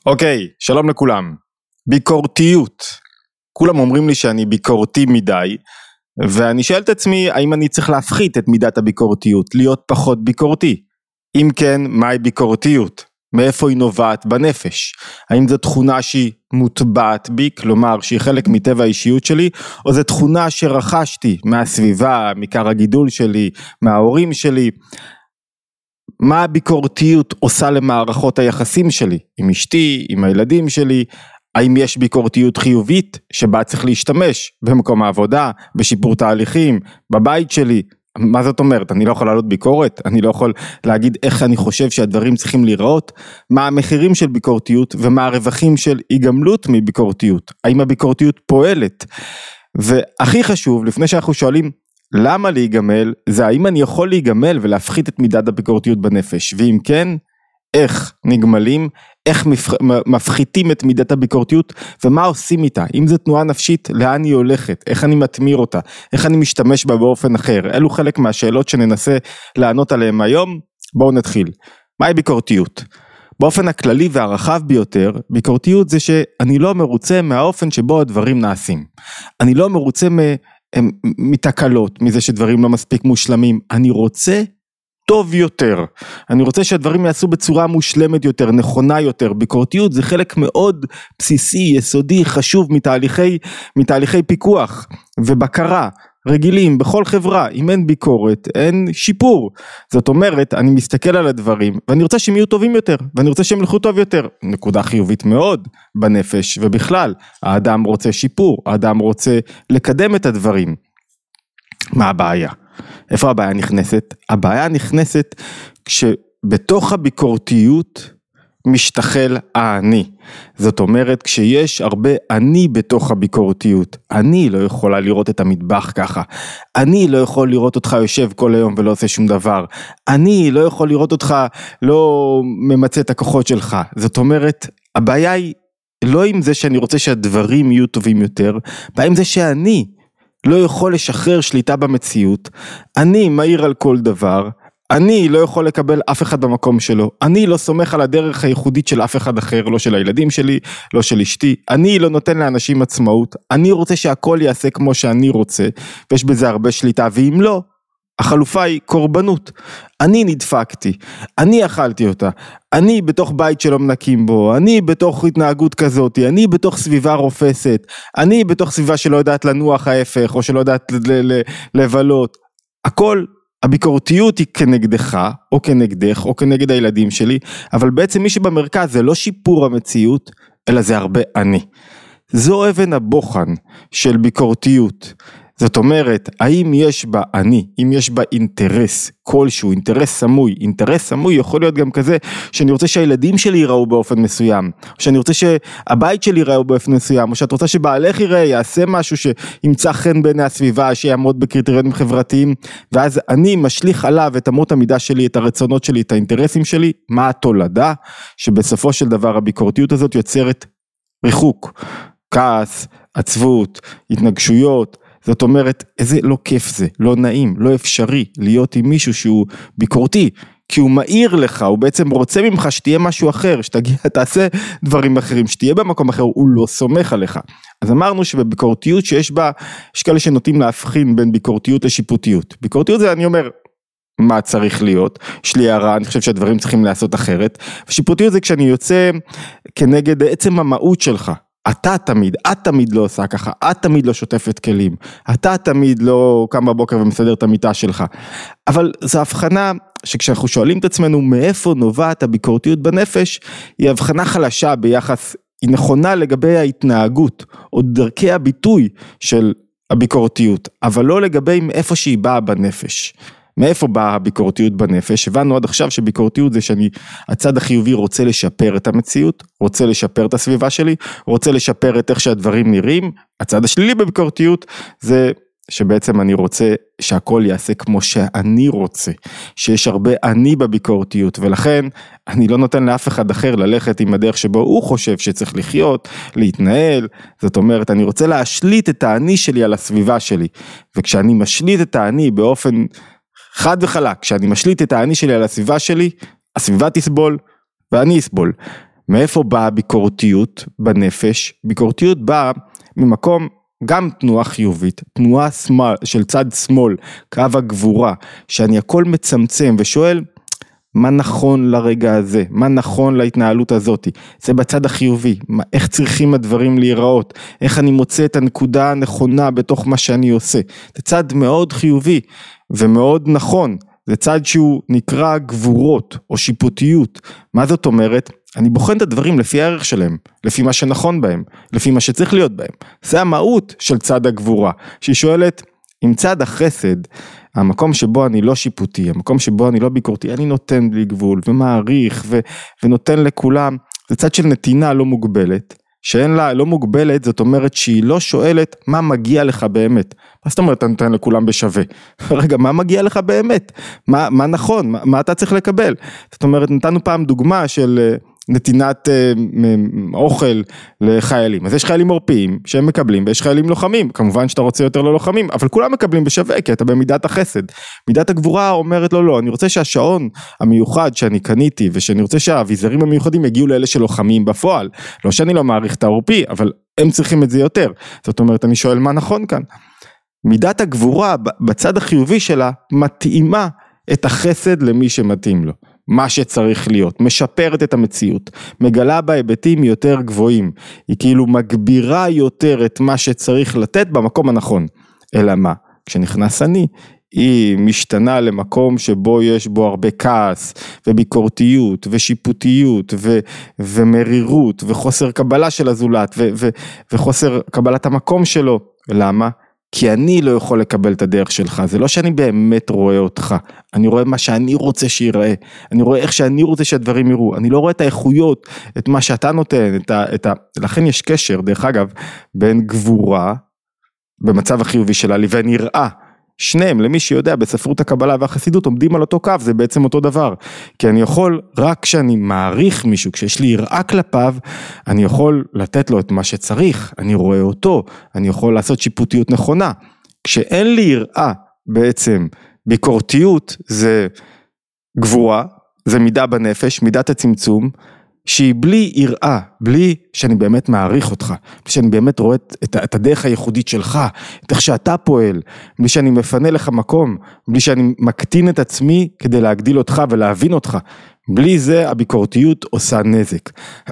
אוקיי, שלום לכולם. ביקורתיות. כולם אומרים לי שאני ביקורתי מדי, ואני שואל את עצמי, האם אני צריך להפחית את מידת הביקורתיות, להיות פחות ביקורתי? אם כן, מהי ביקורתיות? מאיפה היא נובעת בנפש? האם זו תכונה שהיא מוטבעת בי, כלומר שהיא חלק מטבע האישיות שלי, או זו תכונה שרכשתי מהסביבה, מכר הגידול שלי, מההורים שלי? מה הביקורתיות עושה למערכות היחסים שלי, עם אשתי, עם הילדים שלי? האם יש ביקורתיות חיובית שבה צריך להשתמש במקום העבודה, בשיפור תהליכים, בבית שלי? מה זאת אומרת? אני לא יכול לעלות ביקורת? אני לא יכול להגיד איך אני חושב שהדברים צריכים להיראות? מה המחירים של ביקורתיות ומה הרווחים של היגמלות מביקורתיות? האם הביקורתיות פועלת? והכי חשוב, לפני שאנחנו שואלים למה להיגמל, זה האם אני יכול להיגמל ולהפחית את מידת הביקורתיות בנפש, ואם כן, איך נגמלים, איך מפחיתים את מידת הביקורתיות, ומה עושים איתה? אם זו תנועה נפשית, לאן היא הולכת? איך אני מתמיר אותה? איך אני משתמש בה באופן אחר? אלו חלק מהשאלות שננסה לענות עליהן היום. בואו נתחיל. מהי ביקורתיות? באופן הכללי והרחב ביותר, ביקורתיות זה שאני לא מרוצה מהאופן שבו הדברים נעשים. אני לא מרוצה מתקלות, מזה שדברים לא מספיק מושלמים. אני רוצה טוב יותר. אני רוצה שהדברים יעשו בצורה מושלמת יותר, נכונה יותר. ביקורתיות זה חלק מאוד בסיסי, יסודי, חשוב מתהליכי פיקוח ובקרה רגילים בכל חברה. אם אין ביקורת, אין שיפור. זאת אומרת, אני מסתכל על הדברים ואני רוצה שהם יהיו טובים יותר, ואני רוצה שהם ילכו טוב יותר. נקודה חיובית מאוד בנפש ובכלל. האדם רוצה שיפור, האדם רוצה לקדם את הדברים. מה הבעיה? איפה הבעיה נכנסת? הבעיה נכנסת כשבתוך הביקורתיות משתחל האני. זאת אומרת, כשיש הרבה אני בתוך הביקורתיות, אני לא יכולה לראות את המטבח ככה, אני לא יכול לראות אותך יושב כל היום ולא עושה שום דבר, אני לא יכול לראות אותך לא ממצא את הכוחות שלך. זאת אומרת, הבעיה היא לא עם זה שאני רוצה שהדברים יהיו טובים יותר, הבעיה עם זה שאני לא יכול לשחרר שליטה במציאות, אני מהיר על כל דבר, אני לא יכול לקבל אף אחד במקום שלו, אני לא סומך על הדרך הייחודית של אף אחד אחר, לא של הילדים שלי, לא של אשתי, אני לא נותן לאנשים עצמאות, אני רוצה שהכל יעשה כמו שאני רוצה, ויש בזה הרבה שליטה, ואם לא, החלופה היא קורבנות. אני נדפקתי, אני אכלתי אותה, אני בתוך בית שלא מנקים בו, אני בתוך התנהגות כזאת, אני בתוך סביבה רופסת, אני בתוך סביבה שלא יודעת לנוח ההפך, או שלא יודעת לבלות. הכל, הביקורתיות היא כנגדך, או כנגדך, או כנגד הילדים שלי, אבל בעצם מי שבמרכז זה לא שיפור המציאות, אלא זה הרבה אני. זו אבן הבוחן של ביקורתיות. זאת אומרת, האם יש בה אני, אם יש בה אינטרס כלשהו, אינטרס סמוי יכול להיות גם כזה, שאני רוצה שהילדים שלי ייראו באופן מסוים, או שאני רוצה שהבית שלי ייראו באופן מסוים, או שאת רוצה שבעלך ייראה, יעשה משהו שימצא חן בעיני הסביבה, שיעמוד בקריטריונים חברתיים, ואז אני משליך עליו את אמות המידה שלי, את הרצונות שלי, את האינטרסים שלי. מה התולדה? שבסופו של דבר הביקורתיות הזאת יוצרת ריחוק, כעס, עצבות, התנגשויות. זאת אומרת, איזה לא כיף זה, לא נעים, לא אפשרי להיות עם מישהו שהוא ביקורתי, כי הוא מאיר לך, הוא בעצם רוצה ממך שתהיה משהו אחר, שתגיע, תעשה דברים אחרים, שתהיה במקום אחר, הוא לא סומך עליך. אז אמרנו שבביקורתיות שיש בה, יש כאלה שנוטים להבחין בין ביקורתיות לשיפוטיות. ביקורתיות זה, אני אומר, מה צריך להיות, יש לי הערה, אני חושב שהדברים צריכים לעשות אחרת, ושיפוטיות זה כשאני יוצא כנגד עצם המהות שלך, את תמיד לא עושה ככה, את תמיד לא שוטפת כלים, אתה תמיד לא קם בבוקר ומסדר את המיטה שלך. אבל זו הבחנה שכשאנחנו שואלים את עצמנו מאיפה נובעת הביקורתיות בנפש, היא הבחנה חלשה ביחס, היא נכונה לגבי ההתנהגות, או דרכי הביטוי של הביקורתיות, אבל לא לגבי מאיפה שהיא באה בנפש. מאיפה באה הביקורתיות בנפש? הבנו עד עכשיו שביקורתיות זה הצד החיובי רוצה לשפר את המציאות, רוצה לשפר את הסביבה שלי, רוצה לשפר את איך שהדברים נראים. הצד השלילי בביקורתיות זה שבעצם אני רוצה שהכל יעשה כמו שאני רוצה, שיש הרבה אני בביקורתיות, ולכן אני לא נותן לאף אחד אחר ללכת עם הדרך שבו הוא חושב שצריך לחיות, להתנהל. זאת אומרת, אני רוצה להשליט את האני שלי על הסביבה שלי, וכשאני משליט את האני באופן חד וחלק, כשאני משליט את האני שלי על הסביבה שלי, הסביבה תסבול ואני אסבול. מאיפה באה הביקורתיות בנפש? ביקורתיות באה ממקום גם תנועה חיובית, תנועה של צד שמאל, קו הגבורה, שאני הכל מצמצם ושואל, מה נכון לרגע הזה? מה נכון להתנהלות הזאת? זה בצד החיובי, איך צריכים הדברים להיראות? איך אני מוצא את הנקודה הנכונה בתוך מה שאני עושה? זה צד מאוד חיובי ומאוד נכון, זה צד שהוא נקרא גבורות או שיפוטיות. מה זאת אומרת? אני בוחן את הדברים לפי הערך שלהם, לפי מה שנכון בהם, לפי מה שצריך להיות בהם. זה המהות של צד הגבורה, שהיא שואלת, עם צד החסד, המקום שבו אני לא שיפוטי, המקום שבו אני לא ביקורתי, אני נותן בלי גבול ומעריך ונותן לכולם, זה צד של נתינה לא מוגבלת, שאין לה לא מוגבלת, זאת אומרת שהיא לא שואלת מה מגיע לך באמת. מה זאת אומרת, אתה נותן לכולם בשווה? רגע, מה מגיע לך באמת? מה נכון? מה אתה צריך לקבל? זאת אומרת, נתנו פעם דוגמה של נתינת אוכל לחיילים. אז יש חיילים עורפיים שהם מקבלים, ויש חיילים לוחמים. כמובן שאתה רוצה יותר ללוחמים, אבל כולם מקבלים בשווה, כי אתה במידת החסד. מידת הגבורה אומרת לו, לא, אני רוצה שהשעון המיוחד שאני קניתי, ושאני רוצה שהאביזרים המיוחדים יגיעו לאלה שלוחמים בפועל. לא שאני לא מעריך את העורפי, אבל הם צריכים את זה יותר. זאת אומרת, אני שואל מה נכון כאן. מידת הגבורה בצד החיובי שלה מתאימה את החסד למי שמתאים לו. מה שצריך להיות, משפרת את המציאות, מגלה בהיבטים יותר גבוהים, היא כאילו מגבירה יותר את מה שצריך לתת במקום הנכון. אלא מה? כשנכנס אני, היא משתנה למקום שבו יש בו הרבה כעס, וביקורתיות, ושיפוטיות, ומרירות, וחוסר קבלה של הזולת, וחוסר קבלת המקום שלו. למה? כי אני לא יכול לקבל את הדרך שלך, זה לא שאני באמת רואה אותך, אני רואה מה שאני רוצה שיראה, אני רואה איך שאני רוצה שהדברים יראו, אני לא רואה את האיכויות, את מה שאתה נותן, לכן יש קשר, דרך אגב, בין גבורה, במצב החיובי שלה, לבין יראה, שניהם, למי שיודע, בספרות הקבלה והחסידות, עומדים על אותו קו, זה בעצם אותו דבר, כי אני יכול, רק כשאני מעריך מישהו, כשיש לי יראה כלפיו, אני יכול לתת לו את מה שצריך, אני רואה אותו, אני יכול לעשות שיפוטיות נכונה, כשאין לי יראה, בעצם, ביקורתיות, זה גבורה, זה מידה בנפש, מידת הצמצום, שהיא בלי יראה, בלי שאני באמת מעריך אותך, בלי שאני באמת רואה את הדרך הייחודית שלך, את איך שאתה פועל, בלי שאני מפנה לך מקום, בלי שאני מקטין את עצמי כדי להגדיל אותך ולהבין אותך, בלי זה הביקורתיות עושה נזק.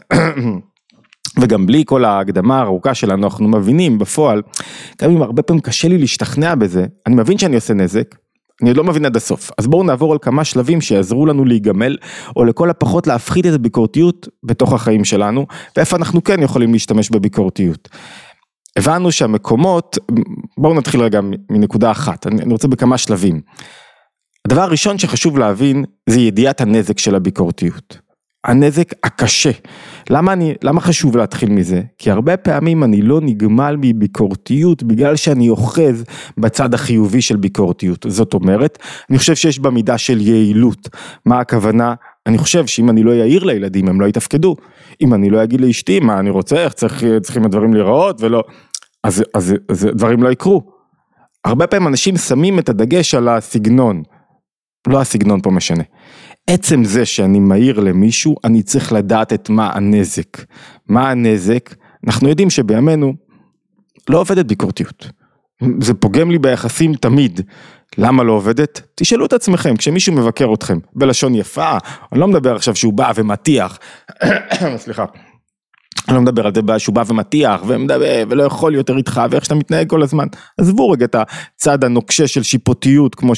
וגם בלי כל ההקדמה הארוכה שלנו, אנחנו מבינים בפועל, גם אם הרבה פעמים קשה לי להשתכנע בזה, אני מבין שאני עושה נזק, אני לא מבין עד הסוף, אז בואו נעבור על כמה שלבים שיעזרו לנו להיגמל, או לכל הפחות להפחית את הביקורתיות בתוך החיים שלנו, ואיפה אנחנו כן יכולים להשתמש בביקורתיות. הבנו שהמקומות, בואו נתחיל רגע מנקודה אחת, אני רוצה בכמה שלבים. הדבר הראשון שחשוב להבין, זה ידיעת הנזק של הביקורתיות. הנזק הקשה. למה חשוב להתחיל מזה? כי הרבה פעמים אני לא נגמל מביקורתיות, בגלל שאני אוחז בצד החיובי של ביקורתיות. זאת אומרת, אני חושב שיש בה מידה של יעילות. מה הכוונה? אני חושב שאם אני לא יעיר לילדים, הם לא יתפקדו. אם אני לא אגיד לאשתי, מה אני רוצה, איך צריכים הדברים להיראות, ולא, אז דברים לא יקרו. הרבה פעמים אנשים שמים את הדגש על הסגנון. לא הסגנון פה משנה. עצם זה שאני מהיר למישהו, אני צריך לדעת את מה הנזק. מה הנזק? אנחנו יודעים שבימינו לא עובדת ביקורתיות. זה פוגם לי ביחסים תמיד. למה לא עובדת? תשאלו את עצמכם, כשמישהו מבקר אתכם בלשון יפה, אני לא מדבר עכשיו שהוא בא ומתיח, סליחה, אני לא מדבר על זה שהוא בא ומתיח, ולא יכול יותר איתך, ואיך שאתה מתנהג כל הזמן. עזבו רגע את הצד הנוקשה של שיפוטיות, כמו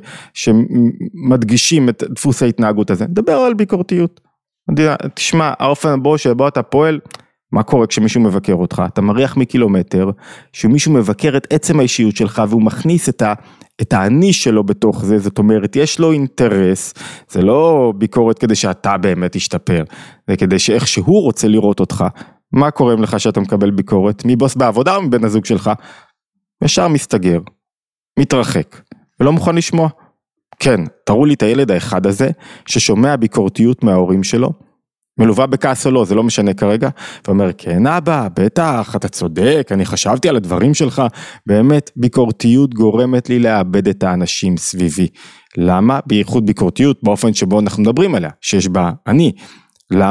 שמדגישים את דפוס ההתנהגות הזה. נדבר על ביקורתיות. תשמע, האופן שבו אתה פועל, מה קורה כשמישהו מבקר אותך? אתה מריח מקילומטר, שמישהו מבקר את עצם האישיות שלך, והוא מכניס את האני שלו בתוך זה, זאת אומרת, יש לו אינטרס, זה לא ביקורת כדי שאתה באמת תשתפר, זה כדי שאיך שהוא רוצה לראות אותך. מה קורה לך שאתה מקבל ביקורת? מבוס בעבודה או מבן הזוג שלך? ישר מסתגר, מתרחק, ולא מוכן לשמוע. כן, תראו לי את הילד האחד הזה, ששומע ביקורתיות מההורים שלו, מלווה בכעס או לא, זה לא משנה כרגע, ואומר, כן אבא, בטח, אתה צודק, אני חשבתי על הדברים שלך, באמת, ביקורתיות גורמת לי לאבד את האנשים סביבי. למה? בייחוד ביקורתיות, באופן שבו אנחנו מדברים עליה, שיש בה אני. למה?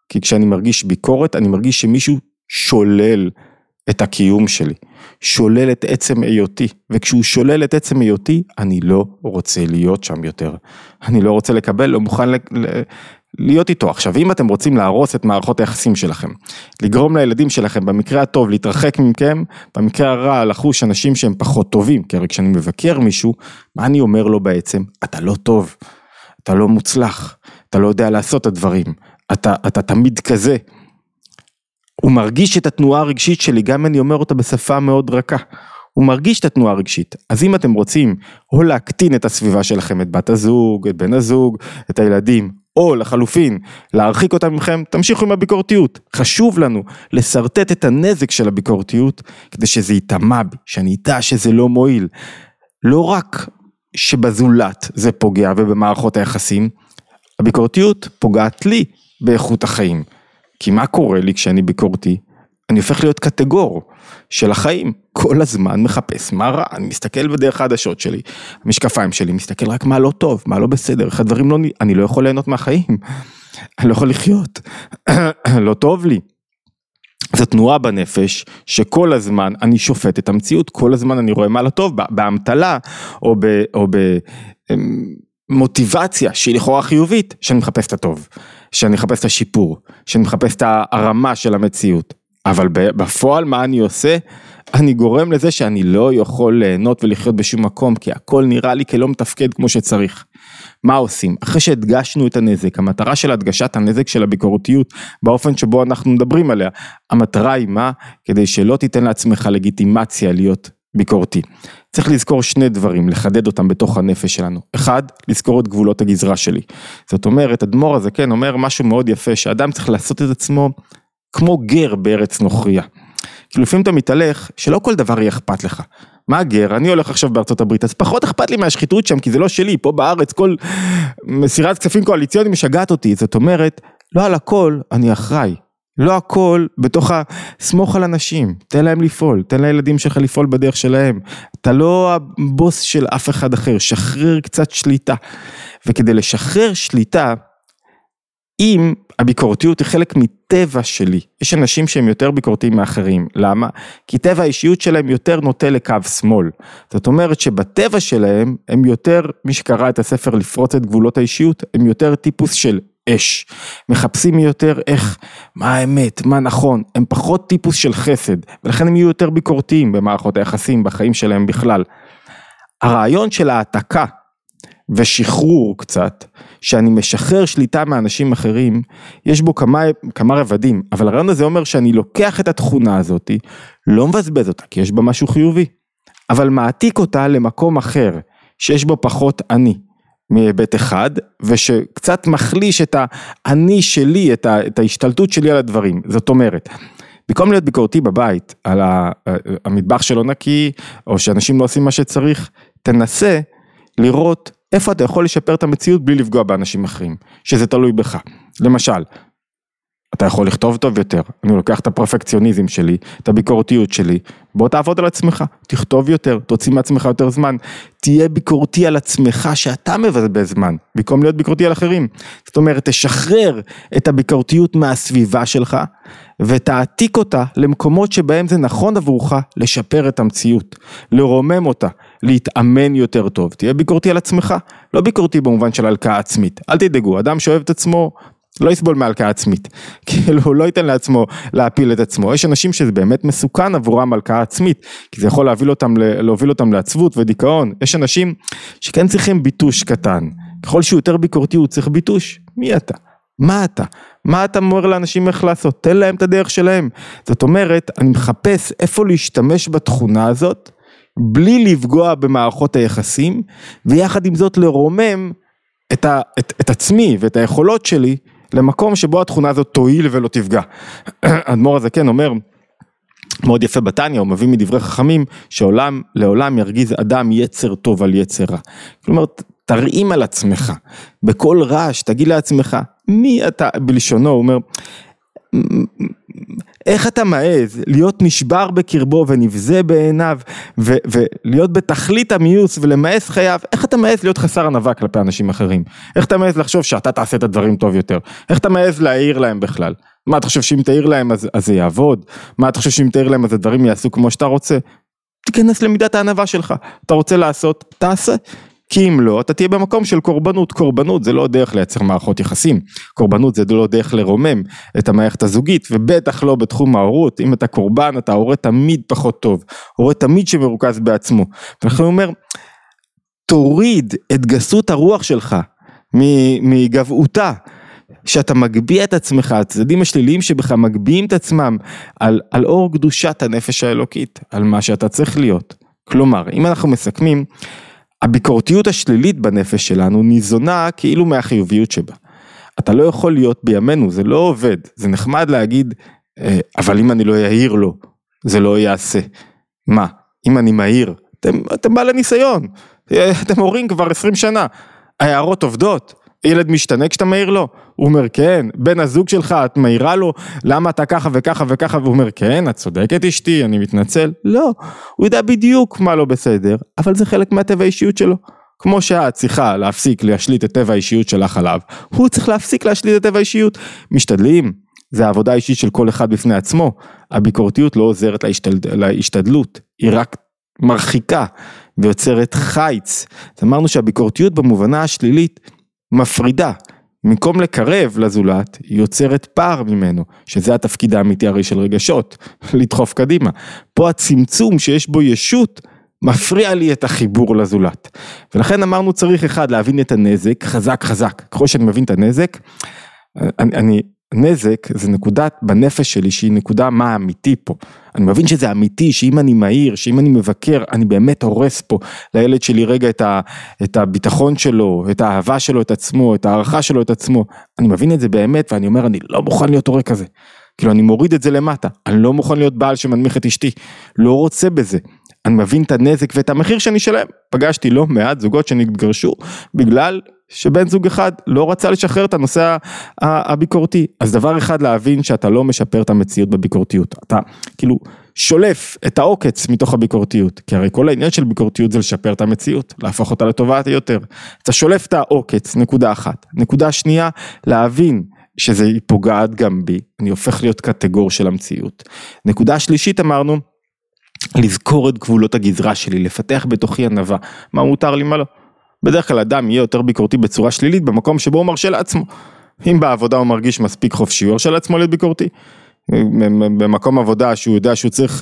כי כשאני מרגיש ביקורת, אני מרגיש שמישהו שולל את הקיום שלי, שולל את עצם היותי, וכשהוא שולל את עצם היותי, אני לא רוצה להיות שם יותר. אני לא רוצה לקבל, לא מוכן להיות איתו. עכשיו, אם אתם רוצים להרוס את מערכות היחסים שלכם, לגרום לילדים שלכם, במקרה הטוב, להתרחק מכם, במקרה הרע, לחוש אנשים שהם פחות טובים, כי הרי כשאני מבקר מישהו, מה אני אומר לו בעצם? אתה לא טוב, אתה לא מוצלח, אתה לא יודע לעשות את הדברים, אתה תמיד כזה. הוא מרגיש את התנועה הרגשית שלי, גם אני אומר אותה בשפה מאוד רכה, הוא מרגיש את התנועה הרגשית. אז אם אתם רוצים, או להקטין את הסביבה שלכם, את בת הזוג, את בן הזוג, את הילדים, או לחלופין, להרחיק אותם מכם, תמשיכו עם הביקורתיות. חשוב לנו לסרטט את הנזק של הביקורתיות, כדי שזה יתאמע בי, שאני ידע שזה לא מועיל. לא רק שבזולת זה פוגע ובמערכות היחסים, הביקורתיות פוגעת לי באיכות החיים. כי מה קורה לי כשאני ביקורתי? אני הופך להיות קטגור של החיים. כל הזמן מחפש מה רע, אני מסתכל בדרך העדשות שלי, המשקפיים שלי, מסתכל רק מה לא טוב, מה לא בסדר, איך הדברים לא, אני לא יכול ליהנות מהחיים, אני לא יכול לחיות, לא טוב לי. זו תנועה בנפש, שכל הזמן אני שופט את המציאות, כל הזמן אני רואה מה לא טוב, באמתלה, או במוטיבציה שהיא לכאורה חיובית, שאני מחפש את הטוב, שאני מחפש את השיפור, שאני מחפש את הרמה של המציאות. אבל בפועל מה אני עושה? אני גורם לזה שאני לא יכול ליהנות ולחיות בשום מקום, כי הכל נראה לי כלא מתפקד כמו שצריך. מה עושים? אחרי שהדגשנו את הנזק, המטרה של הדגשת הנזק של הביקורתיות, באופן שבו אנחנו מדברים עליה, המטרה היא מה? כדי שלא תיתן לעצמך לגיטימציה להיות ביקורתי. צריך לזכור שני דברים, לחדד אותם בתוך הנפש שלנו. אחד, לזכור את גבולות הגזרה שלי. זאת אומרת, אדמו"ר הזקן אומר משהו מאוד יפה, שאדם צריך לעשות את עצמו כמו גר בארץ נוכריה. כי לפעמים אתה מתהלך, שלא כל דבר יהיה אכפת לך. מה גר? אני הולך עכשיו בארצות הברית, אז פחות אכפת לי מהשחיתות שם, כי זה לא שלי, פה בארץ כל מסירת כספים קואליציוניים משגעת אותי. זאת אומרת, לא על הכל אני אחראי. לא הכל בתוך סמוך על אנשים, תן להם לפעול, תן לילדים שלך לפעול בדרך שלהם. אתה לא הבוס של אף אחד אחר, שחרר קצת שליטה. וכדי לשחרר שליטה, אם הביקורתיות היא חלק מטבע שלי, יש אנשים שהם יותר ביקורתיים מאחרים, למה? כי טבע האישיות שלהם יותר נוטה לקו שמאל, זאת אומרת שבטבע שלהם הם יותר, מי שקרא את הספר לפרוץ את גבולות האישיות, הם יותר טיפוס של אש, מחפשים יותר איך, מה האמת, מה נכון, הם פחות טיפוס של חסד, ולכן הם יהיו יותר ביקורתיים במערכות היחסים, בחיים שלהם בכלל. הרעיון של העתקה, ושחרור קצת, שאני משחרר שליטה מאנשים אחרים, יש בו כמה רבדים, אבל הרעיון הזה אומר שאני לוקח את התכונה הזאת, לא מבזבז אותה, כי יש בה משהו חיובי, אבל מעתיק אותה למקום אחר, שיש בו פחות אני, מבית אחד, ושקצת מחליש את האני שלי, את ההשתלטות שלי על הדברים. זאת אומרת, במקום להיות ביקורתי בבית, על המטבח שלא נקי, או שאנשים לא עושים מה שצריך, תנסה לראות איפה אתה יכול לשפר את המציאות בלי לפגוע באנשים אחרים, שזה תלוי בך. למשל, אתה יכול לכתוב טוב יותר, אני לוקח את הפרפקציוניזם שלי, את הביקורתיות שלי, בוא תעבוד על עצמך, תכתוב יותר, תוציא מעצמך יותר זמן, תהיה ביקורתי על עצמך שאתה מבזבז זמן, במקום להיות ביקורתי על אחרים. זאת אומרת, תשחרר את הביקורתיות מהסביבה שלך, ותעתיק אותה למקומות שבהם זה נכון עבורך לשפר את המציאות, לרומם אותה, להתאמן יותר טוב. תהיה ביקורתי על עצמך, לא ביקורתי במובן של הלקאה עצמית. אל תדאגו, אדם שאוהב את עצמו, לא יסבול מהלקאה עצמית, כאילו הוא לא ייתן לעצמו להפיל את עצמו. יש אנשים שזה באמת מסוכן עבורם הלקאה עצמית, כי זה יכול להוביל אותם לעצבות ודיכאון. יש אנשים שכן צריכים ביטוש קטן, ככל שהוא יותר ביקורתי הוא צריך ביטוש. מי אתה? מה אתה? מה אתה אומר לאנשים איך לעשות? תן להם את הדרך שלהם. זאת אומרת, אני מחפש איפה להשתמש בתכונה הזאת, בלי לפגוע במערכות היחסים, ויחד עם זאת לרומם את עצמי ואת היכולות שלי, למקום שבו התכונה הזאת תועיל ולא תפגע. אדמו"ר הזקן אומר, מאוד יפה בתניא, הוא מביא מדברי חכמים, שעולם לעולם ירגיז אדם יצר טוב על יצר רע. כלומר, תרעים על עצמך, בכל רעש, תגיד לעצמך, מי אתה, בלשונו, הוא אומר, איך אתה מעז להיות נשבר בקרבו ונבזה בעיניו, ולהיות בתכלית המיוס ולמאס חייו, איך אתה מעז להיות חסר ענווה כלפי אנשים אחרים? איך אתה מעז לחשוב שאתה תעשה את הדברים טוב יותר? איך אתה מעז להעיר להם בכלל? מה אתה חושב שאם תעיר להם אז זה יעבוד? מה אתה חושב שאם תעיר להם אז הדברים יעשו כמו שאתה רוצה? תיכנס למידת הענווה שלך, אתה רוצה לעשות, תעשה. כי אם לא, אתה תהיה במקום של קורבנות. קורבנות זה לא דרך לייצר מערכות יחסים, קורבנות זה לא דרך לרומם את המערכת הזוגית, ובטח לא בתחום ההורות. אם אתה קורבן, אתה הורה תמיד פחות טוב, הורה תמיד שמרוכז בעצמו. ולכן הוא אומר, תוריד את גסות הרוח שלך מגבעותה, שאתה מגביע את עצמך, הצדדים השליליים שבך מגביעים את עצמם על אור קדושת הנפש האלוקית, על מה שאתה צריך להיות. כלומר, אם אנחנו מסכמים, הביקורתיות השלילית בנפש שלנו ניזונה כאילו מהחיוביות שבה. אתה לא יכול להיות בימינו, זה לא עובד. זה נחמד להגיד, אבל אם אני לא יעיר לו, זה לא יעשה. מה? אם אני מהיר, אתם בעלי ניסיון. אתם הורים כבר 20 שנה. ההערות עובדות. ילד משתנה כשאתה מהיר לו, הוא אומר כן, בן הזוג שלך את מהירה לו, למה אתה ככה וככה וככה, והוא אומר כן, את צודקת אשתי, אני מתנצל, לא, הוא יודע בדיוק מה לא בסדר, אבל זה חלק מהטבע האישיות שלו, כמו שאת צריכה להפסיק להשליט את טבע האישיות שלך עליו, הוא צריך להפסיק להשליט את טבע האישיות, משתדלים, זה העבודה האישית של כל אחד בפני עצמו, הביקורתיות לא עוזרת להשתדלות, היא רק מרחיקה ויוצרת חיץ, אז אמרנו שהביקורתיות במובנה השלילית, מפרידה, במקום לקרב לזולת, היא יוצרת פער ממנו, שזה התפקיד האמיתי הרי של רגשות, לדחוף קדימה. פה הצמצום שיש בו ישות, מפריע לי את החיבור לזולת. ולכן אמרנו צריך אחד, להבין את הנזק, חזק חזק. ככל שאני מבין את הנזק, נזק זה נקודת בנפש שלי, שהיא נקודה מה האמיתי פה. אני מבין שזה אמיתי, שאם אני מהיר, שאם אני מבקר, אני באמת הורס פה לילד שלי רגע את הביטחון שלו, את האהבה שלו, את עצמו, את הערכה שלו, את עצמו. אני מבין את זה באמת, ואני אומר, אני לא מוכן להיות הורה כזה. כאילו, אני מוריד את זה למטה. אני לא מוכן להיות בעל שמנמיך את אשתי. לא רוצה בזה. אני מבין את הנזק ואת המחיר שאני שלם. פגשתי לא מעט זוגות שנתגרשו, בגלל שבן זוג אחד לא רצה לשחרר את הנושא הביקורתי. אז דבר אחד להבין שאתה לא משפר את המציאות בביקורתיות. אתה כאילו שולף את העוקץ מתוך הביקורתיות. כי הרי כל העניין של ביקורתיות זה לשפר את המציאות, להפוך אותה לטובה יותר. אתה שולף את העוקץ, נקודה אחת. נקודה שנייה, להבין שזה פוגעת גם בי. אני הופך להיות קטגור של המציאות. נקודה שלישית אמרנו, לזכור את גבולות הגזרה שלי, לפתח בתוכי ענווה. מה מותר לי, מה לא? בדרך כלל אדם יהיה יותר ביקורתי בצורה שלילית, במקום שבו הוא מרשה לעצמו. אם בעבודה הוא מרגיש מספיק חופשי, הוא מרשה לעצמו להיות ביקורתי. במקום עבודה שהוא יודע שהוא צריך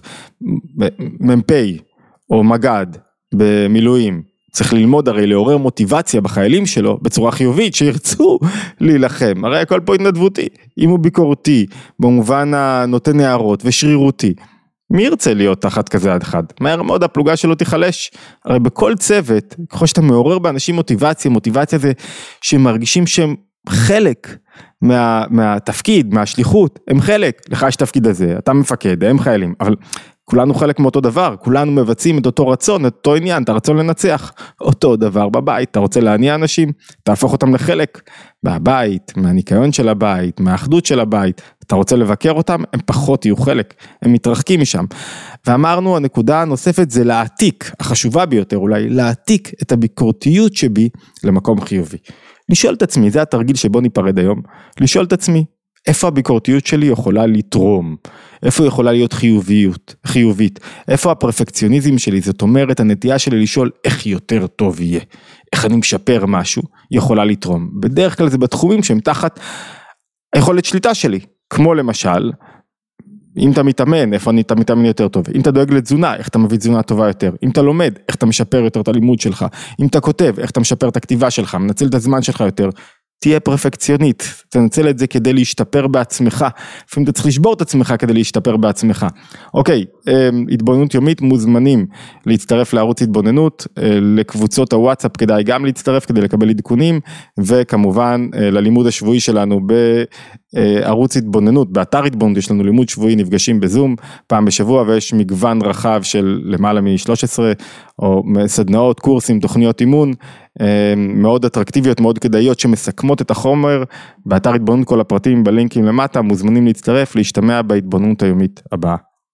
ממפי או מגד במילואים, צריך ללמוד הרי לעורר מוטיבציה בחיילים שלו בצורה חיובית, שירצו להילחם. הרי הכל פה התנדבותי. אם הוא ביקורתי, במובן הנותן הערות ושרירותי, מי ירצה להיות תחת כזה עד אחד? מהר מאוד הפלוגה שלו תיחלש. הרי בכל צוות, ככל שאתה מעורר באנשים מוטיבציה זה שמרגישים שהם חלק מהתפקיד, מהשליחות, הם חלק, לך יש תפקיד הזה, אתה מפקד, הם חיילים, אבל כולנו חלק מאותו דבר, כולנו מבצעים את אותו רצון, את אותו עניין, את הרצון לנצח, אותו דבר בבית, אתה רוצה להניע אנשים, תהפוך אותם לחלק, בבית, מהניקיון של הבית, מהאחדות של הבית, אתה רוצה לבקר אותם, הם פחות יהיו חלק, הם מתרחקים משם, ואמרנו הנקודה הנוספת זה להעתיק, החשובה ביותר אולי, להעתיק את הביקורתיות שבי למקום חיובי, לשאול את עצמי, זה התרגיל שבו ניפרד היום, לשאול את עצמי, איפה הביקורתיות שלי יכולה לתרום, איפה יכולה להיות חיובית, איפה הפרפקציוניזם שלי, זאת אומרת הנטייה שלי לשאול איך יותר טוב יהיה, איך אני משפר משהו, יכולה לתרום, בדרך כלל זה בתחומים שהם תחת היכולת שליטה שלי, כמו למשל, אם אתה מתאמן, איפה אתה מתאמן יותר טוב, אם אתה דואג לתזונה, איך אתה מביא תזונה טובה יותר, אם אתה לומד, איך אתה משפר יותר את הלימוד שלך, אם אתה כותב, איך אתה משפר את הכתיבה שלך, מנצל את הזמן שלך יותר, תהיה פרפקציונית, תנצל את זה כדי להשתפר בעצמך, לפעמים אתה צריך לשבור את עצמך כדי להשתפר בעצמך. אוקיי, התבוננות יומית, מוזמנים להצטרף לערוץ התבוננות, לקבוצות הוואטסאפ כדאי גם להצטרף כדי לקבל עדכונים, וכמובן ללימוד השבועי שלנו בערוץ התבוננות, באתר התבוננות יש לנו לימוד שבועי, נפגשים בזום פעם בשבוע, ויש מגוון רחב של למעלה מ-13 או סדנאות, קורסים, תוכניות אימון, מאוד אטרקטיביות, מאוד כדאיות, שמסכמות את החומר, באתר התבוננות כל הפרטים בלינקים למטה, מוזמנים להצטרף, להשתמע בהתבוננות היומית הבאה.